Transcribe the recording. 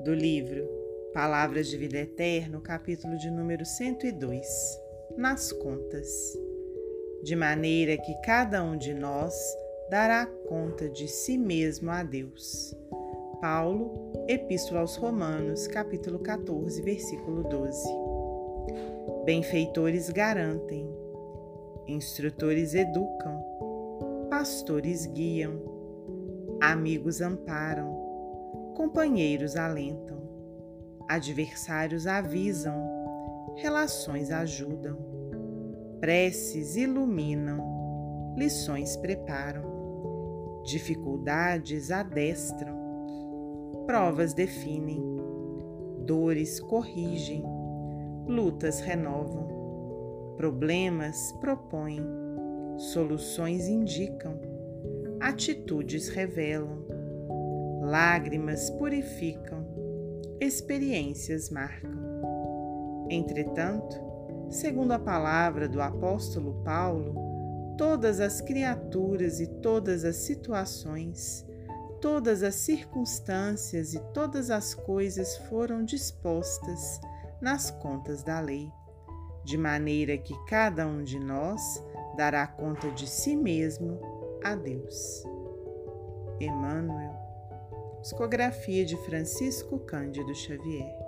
do livro Palavras de Vida Eterna, capítulo de número 102, nas contas. De maneira que cada um de nós dará conta de si mesmo a Deus. Paulo, Epístola aos Romanos, capítulo 14, versículo 12. Benfeitores garantem, instrutores educam, pastores guiam, amigos amparam, companheiros alentam, adversários avisam, relações ajudam, preces iluminam, lições preparam, dificuldades adestram, provas definem, dores corrigem, lutas renovam, problemas propõem, soluções indicam, atitudes revelam, lágrimas purificam, experiências marcam. Entretanto, segundo a palavra do apóstolo Paulo, todas as criaturas e todas as situações, todas as circunstâncias e todas as coisas foram dispostas nas contas da lei, de maneira que cada um de nós dará conta de si mesmo a Deus. Emmanuel. Psicografia de Francisco Cândido Xavier.